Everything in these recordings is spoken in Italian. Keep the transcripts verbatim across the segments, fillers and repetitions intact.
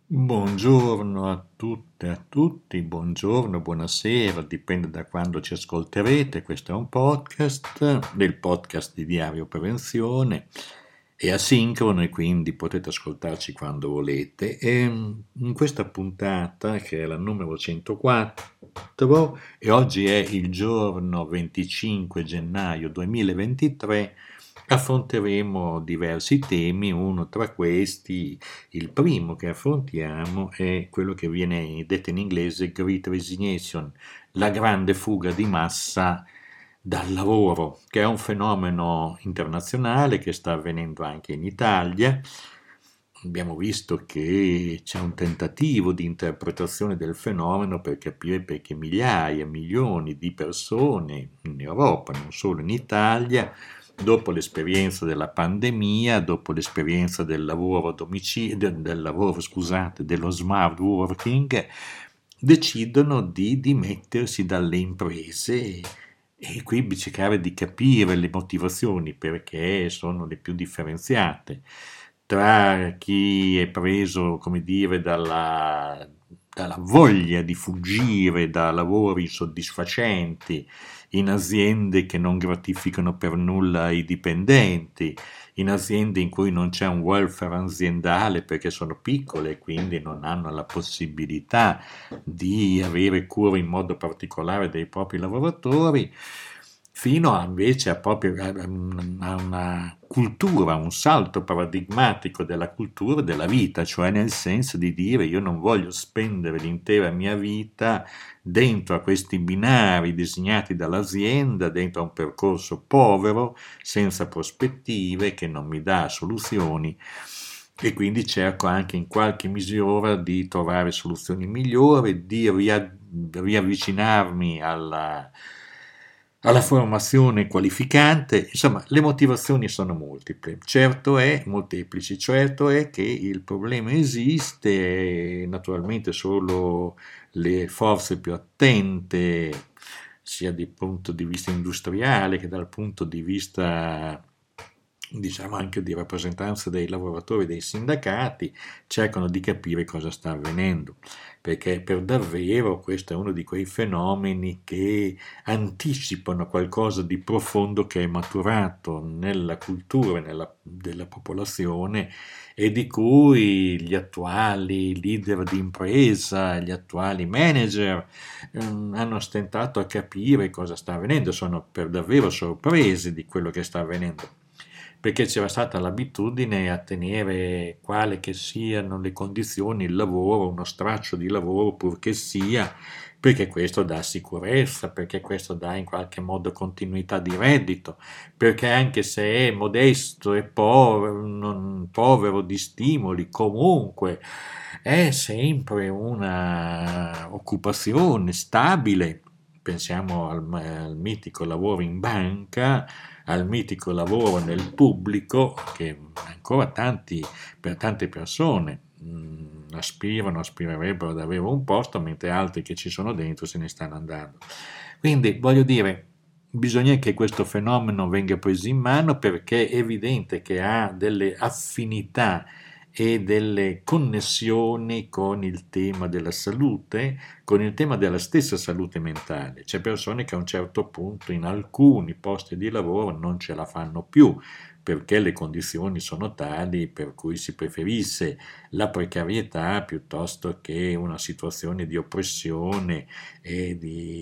Buongiorno a tutte e a tutti, buongiorno, buonasera, dipende da quando ci ascolterete. Questo è un podcast del podcast di Diario Prevenzione. È asincrono e quindi potete ascoltarci quando volete. E in questa puntata, che è la numero centoquattro, e oggi è il giorno venticinque gennaio duemilaventitré, affronteremo diversi temi. Uno tra questi, il primo che affrontiamo, è quello che viene detto in inglese Great Resignation, la grande fuga di massa dal lavoro, che è un fenomeno internazionale che sta avvenendo anche in Italia. Abbiamo visto che c'è un tentativo di interpretazione del fenomeno per capire perché migliaia, milioni di persone in Europa, non solo in Italia, dopo l'esperienza della pandemia, dopo l'esperienza del lavoro a domicilio, del lavoro, scusate, dello smart working, decidono di dimettersi dalle imprese e quindi cercare di capire le motivazioni, perché sono le più differenziate tra chi è preso, come dire, dalla, dalla voglia di fuggire da lavori insoddisfacenti in aziende che non gratificano per nulla i dipendenti, in aziende in cui non c'è un welfare aziendale perché sono piccole e quindi non hanno la possibilità di avere cura in modo particolare dei propri lavoratori, fino a, invece a, proprio, a una cultura, un salto paradigmatico della cultura della vita, cioè nel senso di dire io non voglio spendere l'intera mia vita dentro a questi binari disegnati dall'azienda, dentro a un percorso povero, senza prospettive, che non mi dà soluzioni, e quindi cerco anche in qualche misura di trovare soluzioni migliori, di ria- riavvicinarmi alla, alla formazione qualificante. Insomma, le motivazioni sono multiple, certo è, molteplici, certo è che il problema esiste, e naturalmente solo le forze più attente, sia dal punto di vista industriale che dal punto di vista, diciamo, anche di rappresentanza dei lavoratori e dei sindacati, cercano di capire cosa sta avvenendo, perché per davvero questo è uno di quei fenomeni che anticipano qualcosa di profondo che è maturato nella cultura nella, della popolazione, e di cui gli attuali leader di impresa, gli attuali manager ehm, hanno stentato a capire cosa sta avvenendo, sono per davvero sorpresi di quello che sta avvenendo, perché c'era stata l'abitudine a tenere, quale che siano le condizioni, il lavoro, uno straccio di lavoro purché sia, perché questo dà sicurezza, perché questo dà in qualche modo continuità di reddito, perché anche se è modesto e povero, non, povero di stimoli, comunque è sempre una occupazione stabile. Pensiamo al, al mitico lavoro in banca, al mitico lavoro nel pubblico, che ancora tanti, per tante persone mh, aspirano, aspirerebbero ad avere un posto, mentre altri che ci sono dentro se ne stanno andando. Quindi voglio dire, bisogna che questo fenomeno venga preso in mano, perché è evidente che ha delle affinità e delle connessioni con il tema della salute, con il tema della stessa salute mentale. C'è persone che a un certo punto in alcuni posti di lavoro non ce la fanno più, perché le condizioni sono tali per cui si preferisse la precarietà piuttosto che una situazione di oppressione e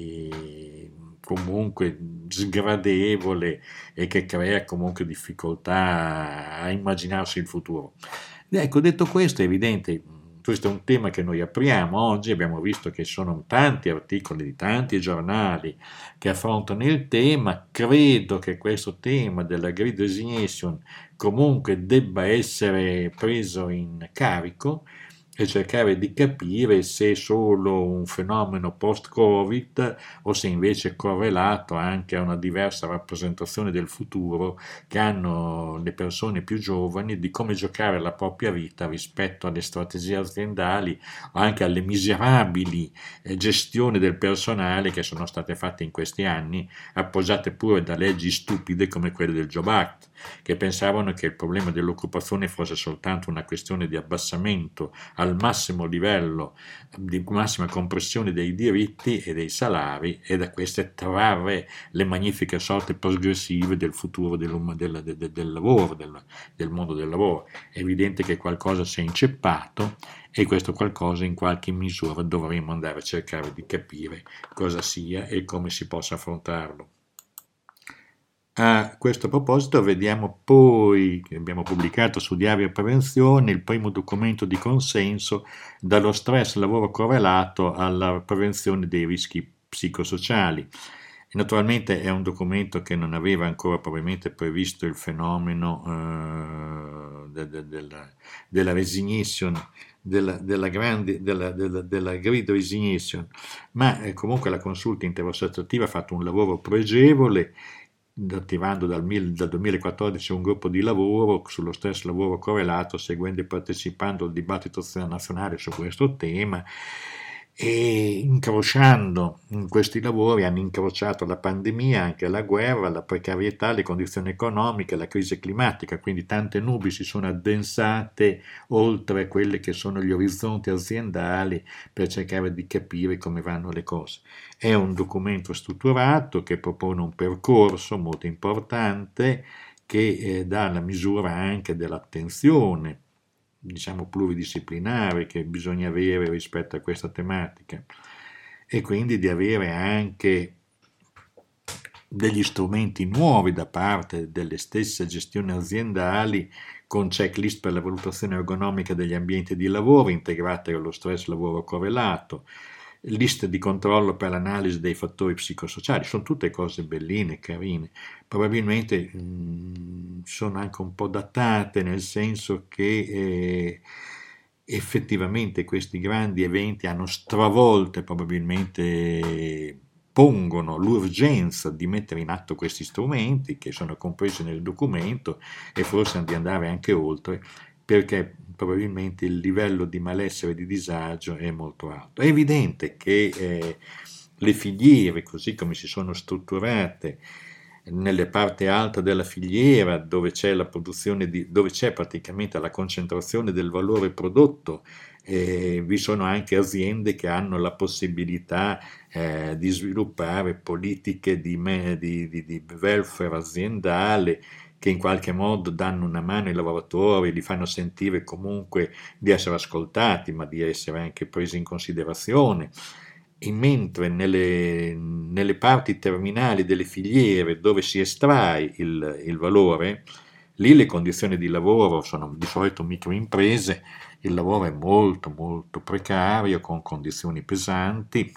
di comunque sgradevole, e che crea comunque difficoltà a immaginarsi il futuro. Ecco, detto questo, è evidente, questo è un tema che noi apriamo oggi. Abbiamo visto che ci sono tanti articoli di tanti giornali che affrontano il tema. Credo che questo tema della Great Resignation comunque debba essere preso in carico, e cercare di capire se è solo un fenomeno post-Covid o se invece è correlato anche a una diversa rappresentazione del futuro che hanno le persone più giovani, di come giocare la propria vita rispetto alle strategie aziendali o anche alle miserabili eh, gestioni del personale che sono state fatte in questi anni, appoggiate pure da leggi stupide come quelle del Job Act, che pensavano che il problema dell'occupazione fosse soltanto una questione di abbassamento al massimo livello, di massima compressione dei diritti e dei salari, e da queste trarre le magnifiche sorti progressive del futuro del, del, del, del lavoro, del, del mondo del lavoro. È evidente che qualcosa si è inceppato, e questo qualcosa in qualche misura dovremo andare a cercare di capire cosa sia e come si possa affrontarlo. A questo proposito vediamo poi, che abbiamo pubblicato su Diario Prevenzione, il primo documento di consenso dallo stress lavoro correlato alla prevenzione dei rischi psicosociali. E naturalmente è un documento che non aveva ancora probabilmente previsto il fenomeno eh, de, de, de, della resignation, della, della, grande, della, della, della Great Resignation, ma eh, comunque la consulta interossativa ha fatto un lavoro pregevole, attivando dal, dal duemilaquattordici un gruppo di lavoro sullo stress lavoro correlato, seguendo e partecipando al dibattito nazionale su questo tema, e incrociando in questi lavori hanno incrociato la pandemia, anche la guerra, la precarietà, le condizioni economiche, la crisi climatica, quindi tante nubi si sono addensate oltre quelli che sono gli orizzonti aziendali per cercare di capire come vanno le cose. È un documento strutturato che propone un percorso molto importante che eh, dà la misura anche dell'attenzione, diciamo pluridisciplinare, che bisogna avere rispetto a questa tematica, e quindi di avere anche degli strumenti nuovi da parte delle stesse gestioni aziendali, con checklist per la valutazione ergonomica degli ambienti di lavoro integrate allo stress lavoro correlato, liste di controllo per l'analisi dei fattori psicosociali. Sono tutte cose belline, carine, probabilmente mh, sono anche un po' datate, nel senso che eh, effettivamente questi grandi eventi hanno stravolto e probabilmente pongono l'urgenza di mettere in atto questi strumenti che sono compresi nel documento, e forse di andare anche oltre, perché probabilmente il livello di malessere e di disagio è molto alto. È evidente che eh, le filiere, così come si sono strutturate, nelle parti alte della filiera, dove c'è la produzione di, dove c'è praticamente la concentrazione del valore prodotto, eh, vi sono anche aziende che hanno la possibilità eh, di sviluppare politiche di, di, di, di welfare aziendale, che in qualche modo danno una mano ai lavoratori, li fanno sentire comunque di essere ascoltati, ma di essere anche presi in considerazione. E mentre nelle, nelle parti terminali delle filiere, dove si estrae il, il valore, lì le condizioni di lavoro sono di solito microimprese, il lavoro è molto molto precario, con condizioni pesanti,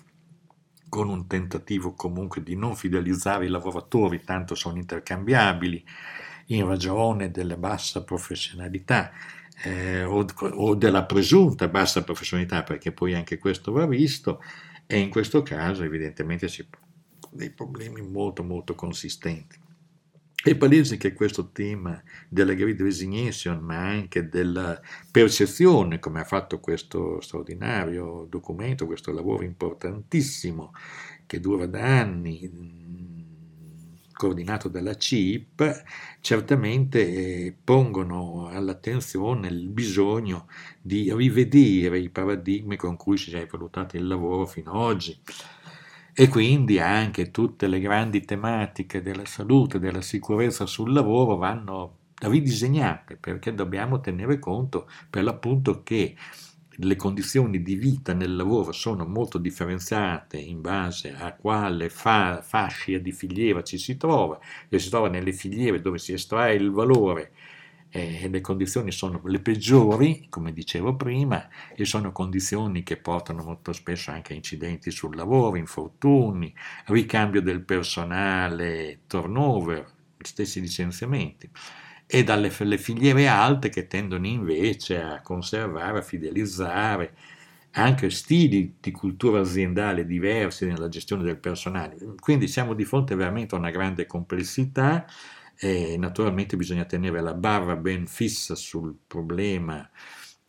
con un tentativo comunque di non fidelizzare i lavoratori, tanto sono intercambiabili, in ragione della bassa professionalità eh, o, o della presunta bassa professionalità, perché poi anche questo va visto, e in questo caso evidentemente si pongono dei problemi molto molto consistenti. È palese che questo tema della Great Resignation, ma anche della percezione, come ha fatto questo straordinario documento, questo lavoro importantissimo che dura da anni, coordinato dalla C I P, certamente eh, pongono all'attenzione il bisogno di rivedere i paradigmi con cui si è valutato il lavoro fino ad oggi. E quindi anche tutte le grandi tematiche della salute, della sicurezza sul lavoro vanno ridisegnate, perché dobbiamo tenere conto per l'appunto che le condizioni di vita nel lavoro sono molto differenziate in base a quale fa, fascia di filiera ci si trova, e si trova nelle filiere dove si estrae il valore e le condizioni sono le peggiori, come dicevo prima, e sono condizioni che portano molto spesso anche a incidenti sul lavoro, infortuni, ricambio del personale, turnover, stessi licenziamenti, e dalle le filiere alte che tendono invece a conservare, a fidelizzare anche stili di cultura aziendale diversi nella gestione del personale. Quindi siamo di fronte veramente a una grande complessità. E naturalmente bisogna tenere la barra ben fissa sul problema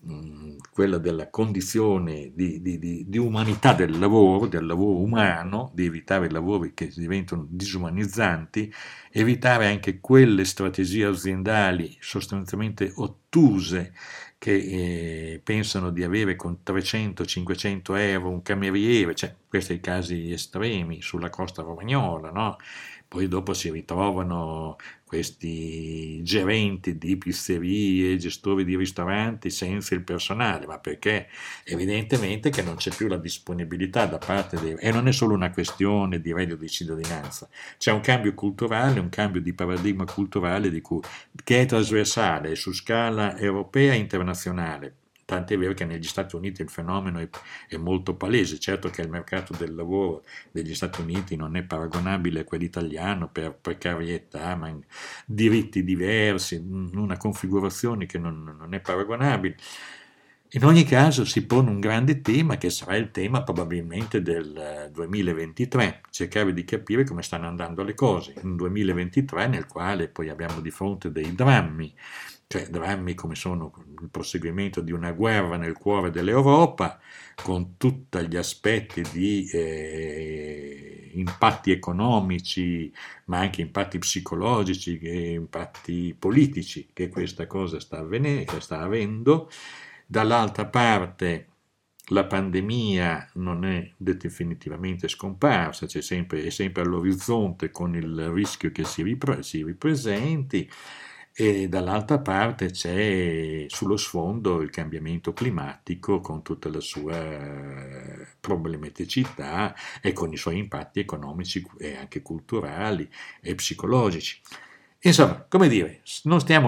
mh, quella della condizione di, di- di- di umanità del lavoro, del lavoro umano, di evitare lavori che diventano disumanizzanti, evitare anche quelle strategie aziendali sostanzialmente ottuse che eh, pensano di avere con trecento cinquecento euro un cameriere, cioè questi casi estremi sulla costa romagnola, no? Poi dopo si ritrovano questi gerenti di pizzerie, gestori di ristoranti senza il personale, ma perché evidentemente che non c'è più la disponibilità da parte dei... e non è solo una questione di reddito di cittadinanza, c'è un cambio culturale, un cambio di paradigma culturale di cui, che è trasversale su scala europea e internazionale. Tant'è vero che negli Stati Uniti il fenomeno è, è molto palese, certo che il mercato del lavoro degli Stati Uniti non è paragonabile a quello italiano per precarietà, ma diritti diversi, una configurazione che non, non è paragonabile. In ogni caso si pone un grande tema che sarà il tema probabilmente del duemilaventitré, cercare di capire come stanno andando le cose. Un duemilaventitré nel quale poi abbiamo di fronte dei drammi, cioè drammi come sono il proseguimento di una guerra nel cuore dell'Europa, con tutti gli aspetti di eh, impatti economici, ma anche impatti psicologici e impatti politici che questa cosa sta avvenendo, che sta avendo. Dall'altra parte la pandemia non è definitivamente scomparsa, c'è sempre, è sempre all'orizzonte con il rischio che si, ripre- si ripresenti, e dall'altra parte c'è sullo sfondo il cambiamento climatico con tutta la sua eh, problematicità e con i suoi impatti economici e anche culturali e psicologici. Insomma, come dire, non stiamo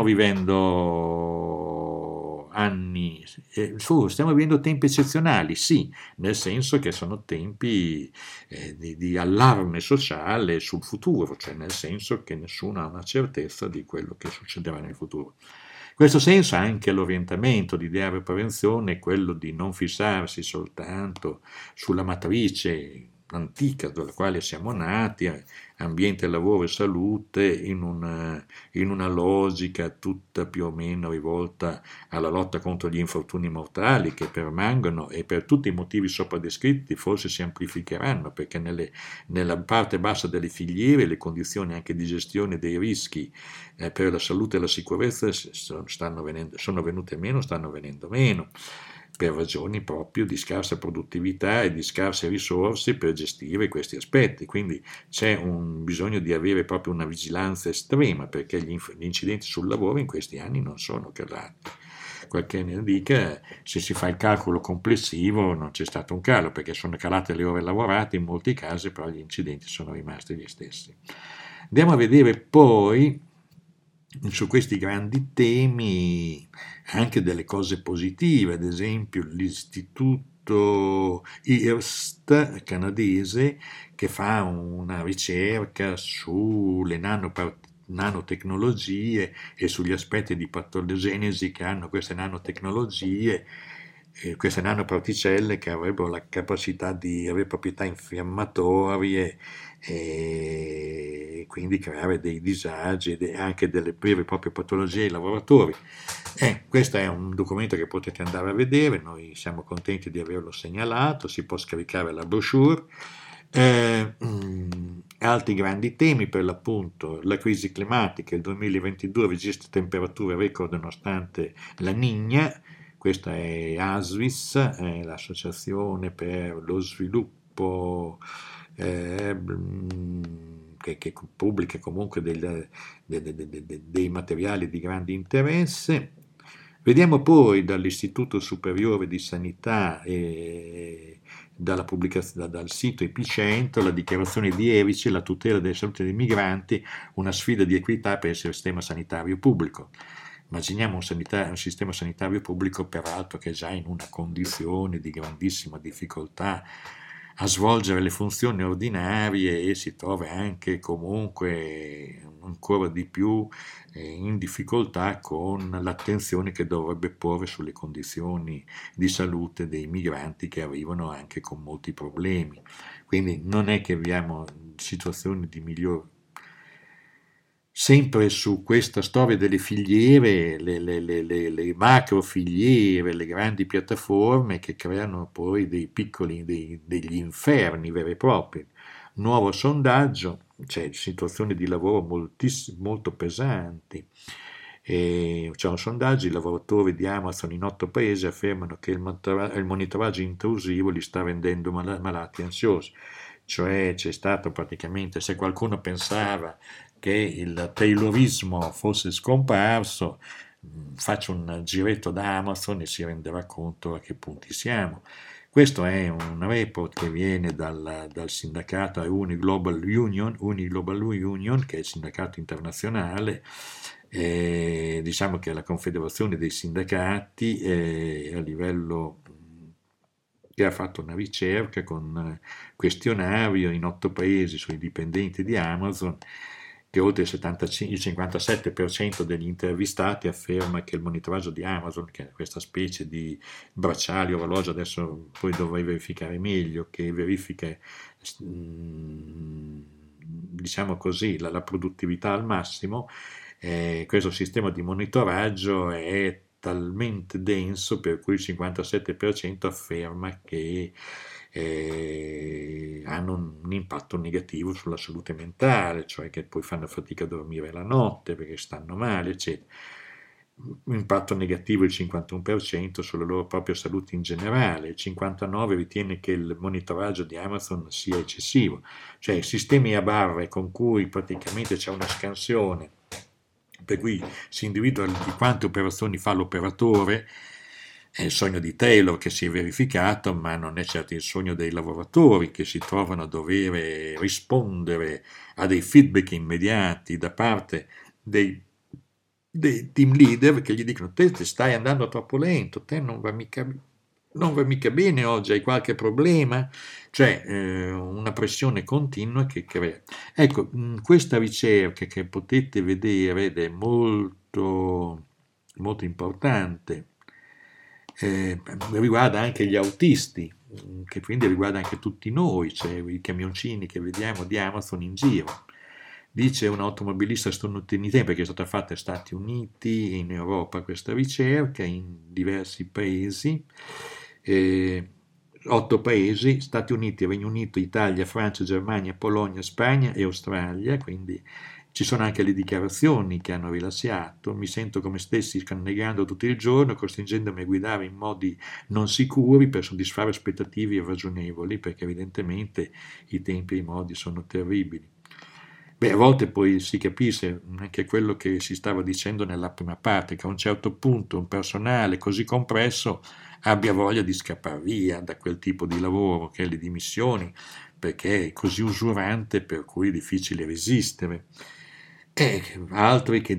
vivendo anni, eh, su, stiamo vivendo tempi eccezionali, sì, nel senso che sono tempi eh, di, di allarme sociale sul futuro, cioè nel senso che nessuno ha una certezza di quello che succederà nel futuro. In questo senso anche l'orientamento di Diario Prevenzione è quello di non fissarsi soltanto sulla matrice antica dalla quale siamo nati, ambiente, lavoro e salute, in una, in una logica tutta più o meno rivolta alla lotta contro gli infortuni mortali che permangono e per tutti i motivi sopra descritti forse si amplificheranno, perché nelle, nella parte bassa delle filiere le condizioni anche di gestione dei rischi eh, per la salute e la sicurezza stanno venendo, sono venute meno, stanno venendo meno, per ragioni proprio di scarsa produttività e di scarse risorse per gestire questi aspetti. Quindi c'è un bisogno di avere proprio una vigilanza estrema, perché gli, inf- gli incidenti sul lavoro in questi anni non sono calati. Qualche ne dica, se si fa il calcolo complessivo non c'è stato un calo, perché sono calate le ore lavorate in molti casi, però gli incidenti sono rimasti gli stessi. Andiamo a vedere poi su questi grandi temi anche delle cose positive, ad esempio l'istituto I R S T canadese che fa una ricerca sulle nanopart- nanotecnologie e sugli aspetti di patogenesi che hanno queste nanotecnologie, eh, queste nanoparticelle che avrebbero la capacità di avere proprietà infiammatorie e quindi creare dei disagi e anche delle vere e proprie patologie ai lavoratori. Eh, questo è un documento che potete andare a vedere, noi siamo contenti di averlo segnalato, si può scaricare la brochure. Eh, mm, altri grandi temi per l'appunto, la crisi climatica, il duemilaventidue registra temperature record nonostante la Niña, questa è ASVIS, è l'associazione per lo sviluppo eh, che, che pubblica comunque del, de, de, de, de, dei materiali di grande interesse. Vediamo poi dall'Istituto Superiore di Sanità e dalla pubblicazione, dal sito Epicentro la dichiarazione di Erici, la tutela della salute dei migranti, una sfida di equità per il sistema sanitario pubblico. Immaginiamo un, sanitario, un sistema sanitario pubblico peraltro che è già in una condizione di grandissima difficoltà a svolgere le funzioni ordinarie e si trova anche comunque ancora di più eh, in difficoltà con l'attenzione che dovrebbe porre sulle condizioni di salute dei migranti che arrivano anche con molti problemi. Quindi non è che abbiamo situazioni di miglior Sempre su questa storia delle filiere, le, le, le, le, le macro filiere, le grandi piattaforme che creano poi dei piccoli, dei, degli inferni veri e propri. Nuovo sondaggio, c'è situazioni di lavoro moltiss- molto pesanti. E c'è un sondaggio, i lavoratori di Amazon in otto paesi affermano che il, montora- il monitoraggio intrusivo li sta rendendo mal- malati e ansiosi. Cioè c'è stato praticamente, se qualcuno pensava che il taylorismo fosse scomparso, mh, faccio un giretto da Amazon e si renderà conto a che punti siamo. Questo è un report che viene dal, dal sindacato Uni Global Union, Uni Global Union, che è il sindacato internazionale, e diciamo che è la confederazione dei sindacati eh, a livello che ha fatto una ricerca con questionario in otto paesi sui dipendenti di Amazon, che oltre il, settantacinque, il cinquantasette per cento degli intervistati afferma che il monitoraggio di Amazon, che è questa specie di bracciale orologio, adesso poi dovrei verificare meglio, che verifica, diciamo così, la, la produttività al massimo, eh, questo sistema di monitoraggio è talmente denso per cui il cinquantasette per cento afferma che eh, hanno un, un impatto negativo sulla salute mentale, cioè che poi fanno fatica a dormire la notte perché stanno male, eccetera. Un impatto negativo il cinquantuno per cento sulla loro propria salute in generale, il cinquantanove per cento ritiene che il monitoraggio di Amazon sia eccessivo, cioè sistemi a barre con cui praticamente c'è una scansione per cui si individua di quante operazioni fa l'operatore, è il sogno di Taylor che si è verificato, ma non è certo il sogno dei lavoratori che si trovano a dover rispondere a dei feedback immediati da parte dei, dei team leader che gli dicono te, te stai andando troppo lento, te non va mica, non va mica bene oggi, hai qualche problema? Cioè eh, una pressione continua che crea. Ecco, mh, questa ricerca che potete vedere ed è molto, molto importante, eh, riguarda anche gli autisti, mh, che quindi riguarda anche tutti noi, cioè i camioncini che vediamo di Amazon in giro. Dice un automobilista statunitense, perché è stata fatta negli Stati Uniti, in Europa questa ricerca, in diversi paesi, eh, otto paesi, Stati Uniti, Regno Unito, Italia, Francia, Germania, Polonia, Spagna e Australia, quindi ci sono anche le dichiarazioni che hanno rilasciato, mi sento come stessi scannegando tutto il giorno, costringendomi a guidare in modi non sicuri per soddisfare aspettative irragionevoli, perché evidentemente i tempi e i modi sono terribili. Beh, a volte poi si capisce anche quello che si stava dicendo nella prima parte, che a un certo punto un personale così compresso abbia voglia di scappare via da quel tipo di lavoro, che è le dimissioni, perché è così usurante per cui è difficile resistere. E altri che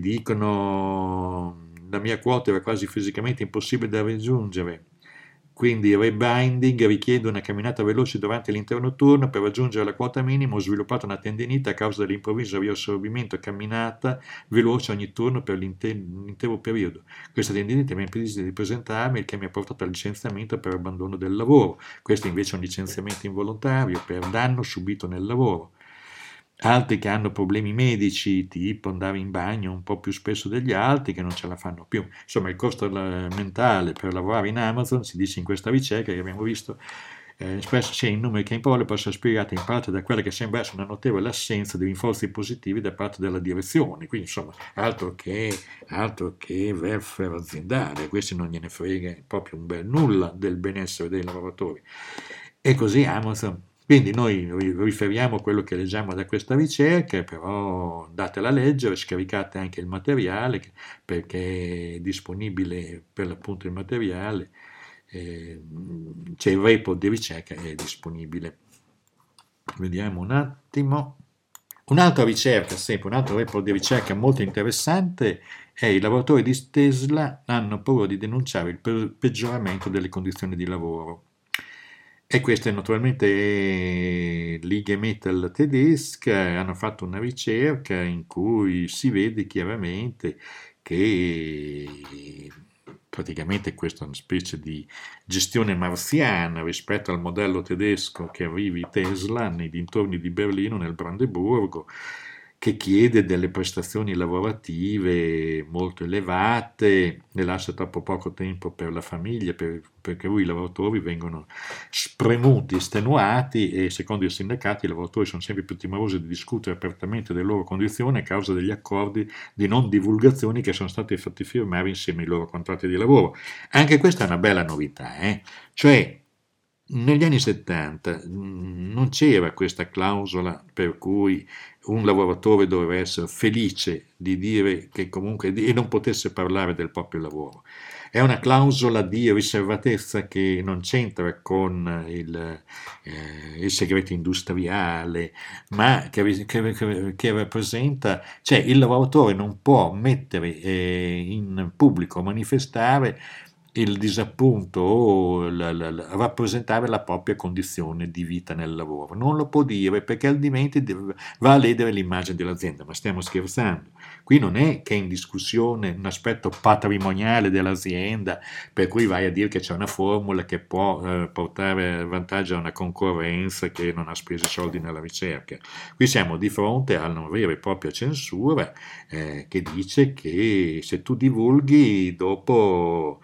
dicono la mia quota era quasi fisicamente impossibile da raggiungere, quindi il rebinding richiede una camminata veloce durante l'intero notturno per raggiungere la quota minima. Ho sviluppato una tendinite a causa dell'improvviso riassorbimento camminata veloce ogni turno per l'intero periodo. Questa tendinite mi ha impedito di presentarmi, il che mi ha portato al licenziamento per abbandono del lavoro. Questo invece è un licenziamento involontario per danno subito nel lavoro. Altri che hanno problemi medici, tipo andare in bagno un po' più spesso degli altri, che non ce la fanno più. Insomma, il costo mentale per lavorare in Amazon, si dice in questa ricerca che abbiamo visto, eh, espresso sia in numeri che in parole, può essere spiegata in parte da quella che sembra essere una notevole assenza di rinforzi positivi da parte della direzione. Quindi, insomma, altro che, altro che welfare aziendale, a questi non gliene frega proprio un bel nulla del benessere dei lavoratori. E così Amazon. Quindi noi riferiamo quello che leggiamo da questa ricerca, però datela a leggere, scaricate anche il materiale perché è disponibile per l'appunto il materiale, eh, c'è il report di ricerca, è disponibile. Vediamo un attimo. Un'altra ricerca, sempre un altro report di ricerca molto interessante è i lavoratori di Tesla hanno paura di denunciare il peggioramento delle condizioni di lavoro. E queste naturalmente Liga Metal tedesche hanno fatto una ricerca in cui si vede chiaramente che praticamente questa è una specie di gestione marziana rispetto al modello tedesco che arrivi Tesla nei dintorni di Berlino, nel Brandeburgo, che chiede delle prestazioni lavorative molto elevate e lascia troppo poco tempo per la famiglia, per, perché lui i lavoratori vengono spremuti, estenuati e secondo i sindacati i lavoratori sono sempre più timorosi di discutere apertamente delle loro condizioni a causa degli accordi di non divulgazione che sono stati fatti firmare insieme ai loro contratti di lavoro. Anche questa è una bella novità, eh? Cioè negli anni settanta mh, non c'era questa clausola per cui un lavoratore doveva essere felice di dire che comunque e non potesse parlare del proprio lavoro. È una clausola di riservatezza che non c'entra con il, eh, il segreto industriale, ma che, che, che rappresenta, cioè il lavoratore non può mettere eh, in pubblico, manifestare il disappunto o la, la, la, rappresentare la propria condizione di vita nel lavoro. Non lo può dire perché altrimenti deve, va a ledere l'immagine dell'azienda, ma stiamo scherzando. Qui non è che è in discussione un aspetto patrimoniale dell'azienda per cui vai a dire che c'è una formula che può eh, portare vantaggio a una concorrenza che non ha speso soldi nella ricerca. Qui siamo di fronte a una vera e propria censura eh, che dice che se tu divulghi dopo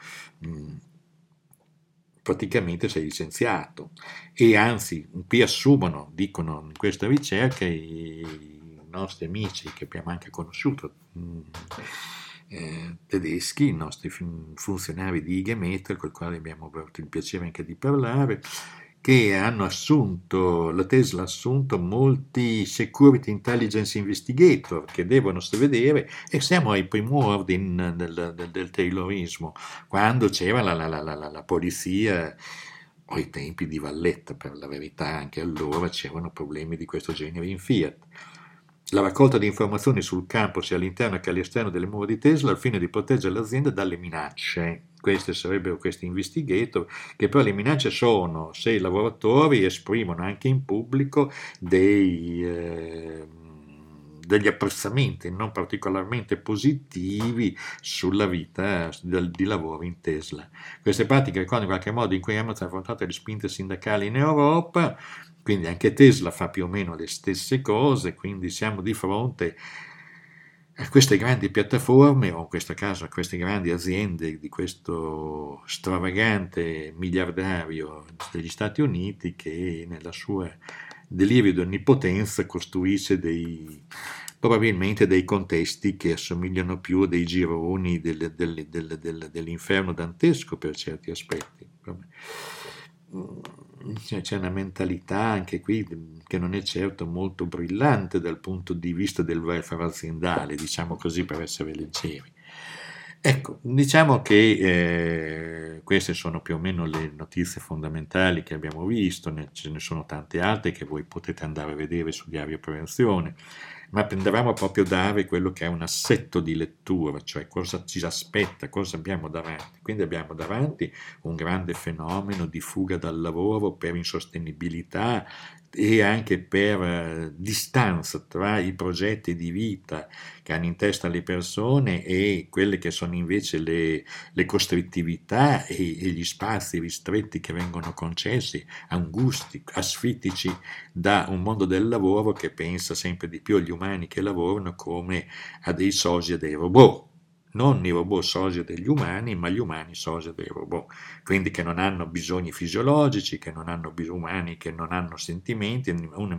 praticamente sei licenziato e anzi qui assumono, dicono in questa ricerca i nostri amici che abbiamo anche conosciuto eh, tedeschi, i nostri funzionari di I G Metall con i quali abbiamo avuto il piacere anche di parlare, che hanno assunto, la Tesla ha assunto molti security intelligence investigator che devono vedere, e siamo ai primordi del, del, del taylorismo, quando c'era la, la, la, la, la polizia, o ai tempi di Valletta, per la verità anche allora c'erano problemi di questo genere in Fiat. La raccolta di informazioni sul campo sia all'interno che all'esterno delle mura di Tesla al fine di proteggere l'azienda dalle minacce. Questi sarebbero questi investigator, che però le minacce sono se i lavoratori esprimono anche in pubblico dei, eh, degli apprezzamenti non particolarmente positivi sulla vita del, di lavoro in Tesla. Queste pratiche ricordano in qualche modo in cui Amazon ha affrontato le spinte sindacali in Europa, quindi anche Tesla fa più o meno le stesse cose, quindi siamo di fronte a queste grandi piattaforme, o in questo caso a queste grandi aziende di questo stravagante miliardario degli Stati Uniti che nella sua delirio di onnipotenza costruisce dei, probabilmente dei contesti che assomigliano più a dei gironi del, del, del, del, dell'inferno dantesco per certi aspetti. C'è una mentalità anche qui che non è certo molto brillante dal punto di vista del welfare aziendale, diciamo così per essere leggeri. Ecco, diciamo che eh, queste sono più o meno le notizie fondamentali che abbiamo visto, ne, ce ne sono tante altre che voi potete andare a vedere su Diario Prevenzione, ma andavamo proprio a dare quello che è un assetto di lettura, cioè cosa ci aspetta, cosa abbiamo davanti. Quindi abbiamo davanti un grande fenomeno di fuga dal lavoro per insostenibilità e anche per eh, distanza tra i progetti di vita che hanno in testa le persone e quelle che sono invece le, le costrittività e, e gli spazi ristretti che vengono concessi, angusti, asfittici da un mondo del lavoro che pensa sempre di più agli umani che lavorano come a dei soci e dei robot. Non i robot sosia degli umani, ma gli umani sosia dei robot, quindi che non hanno bisogni fisiologici, che non hanno bisogni umani, che non hanno sentimenti,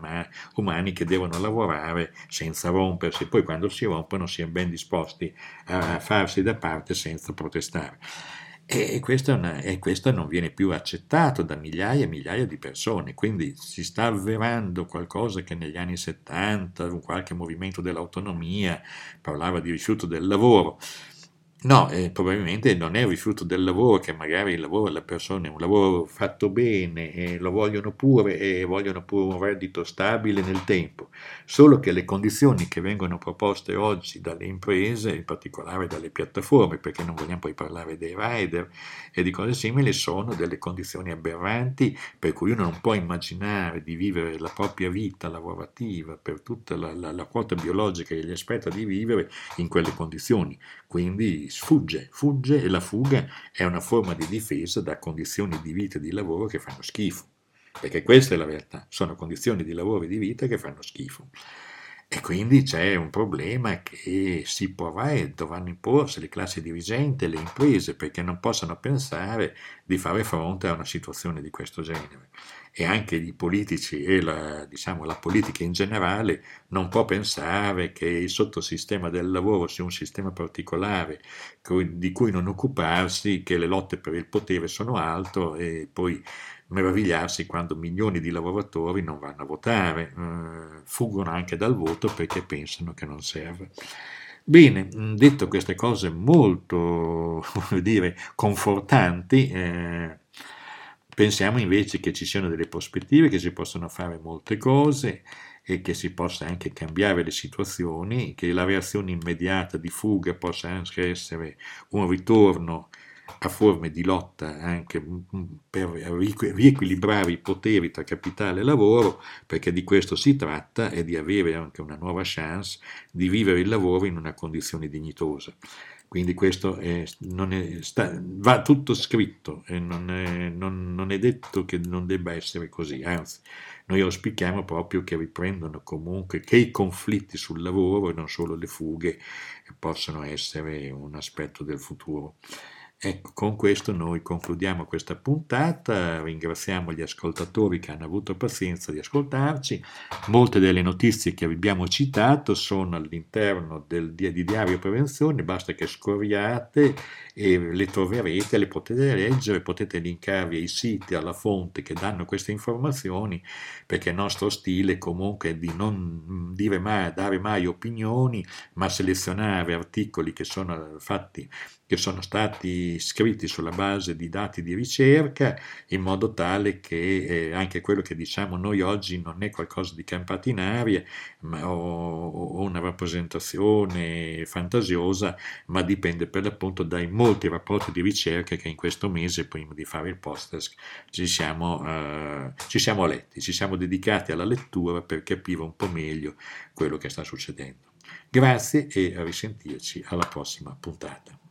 umani che devono lavorare senza rompersi, poi quando si rompono siano ben disposti a farsi da parte senza protestare. E questo, è una, e questo non viene più accettato da migliaia e migliaia di persone, quindi si sta avverando qualcosa che negli anni settanta, un qualche movimento dell'autonomia parlava di rifiuto del lavoro. No, eh, probabilmente non è il rifiuto del lavoro, che magari il lavoro della persona è un lavoro fatto bene e lo vogliono pure e vogliono pure un reddito stabile nel tempo, solo che le condizioni che vengono proposte oggi dalle imprese, in particolare dalle piattaforme, perché non vogliamo poi parlare dei rider e di cose simili, sono delle condizioni aberranti per cui uno non può immaginare di vivere la propria vita lavorativa per tutta la, la, la quota biologica che gli aspetta di vivere in quelle condizioni. Quindi sfugge, fugge e la fuga è una forma di difesa da condizioni di vita e di lavoro che fanno schifo, perché questa è la verità, sono condizioni di lavoro e di vita che fanno schifo. E quindi c'è un problema che si porrà e dovranno imporsi le classi dirigenti e le imprese, perché non possono pensare di fare fronte a una situazione di questo genere. E anche i politici e la, diciamo, la politica in generale non può pensare che il sottosistema del lavoro sia un sistema particolare di cui non occuparsi, che le lotte per il potere sono altro e poi meravigliarsi quando milioni di lavoratori non vanno a votare, eh, fuggono anche dal voto perché pensano che non serve. Bene, detto queste cose molto, come dire, confortanti, eh, pensiamo invece che ci siano delle prospettive, che si possono fare molte cose e che si possa anche cambiare le situazioni, che la reazione immediata di fuga possa anche essere un ritorno a forme di lotta anche per riequilibrare i poteri tra capitale e lavoro, perché di questo si tratta e di avere anche una nuova chance di vivere il lavoro in una condizione dignitosa. Quindi questo è, non è, sta, va tutto scritto e non è, non, non è detto che non debba essere così, anzi noi auspichiamo proprio che riprendano comunque, che i conflitti sul lavoro e non solo le fughe possano essere un aspetto del futuro. Ecco, con questo noi concludiamo questa puntata, ringraziamo gli ascoltatori che hanno avuto pazienza di ascoltarci. Molte delle notizie che abbiamo citato sono all'interno del, di Diario Prevenzione, basta che scorriate e le troverete, le potete leggere, potete linkarvi ai siti, alla fonte che danno queste informazioni, perché il nostro stile comunque è di non dire mai, dare mai opinioni, ma selezionare articoli che sono fatti che sono stati scritti sulla base di dati di ricerca, in modo tale che eh, anche quello che diciamo noi oggi non è qualcosa di campato in aria ma, o, o una rappresentazione fantasiosa, ma dipende per l'appunto dai molti rapporti di ricerca che in questo mese, prima di fare il podcast, ci siamo, eh, ci siamo letti, ci siamo dedicati alla lettura per capire un po' meglio quello che sta succedendo. Grazie e a risentirci alla prossima puntata.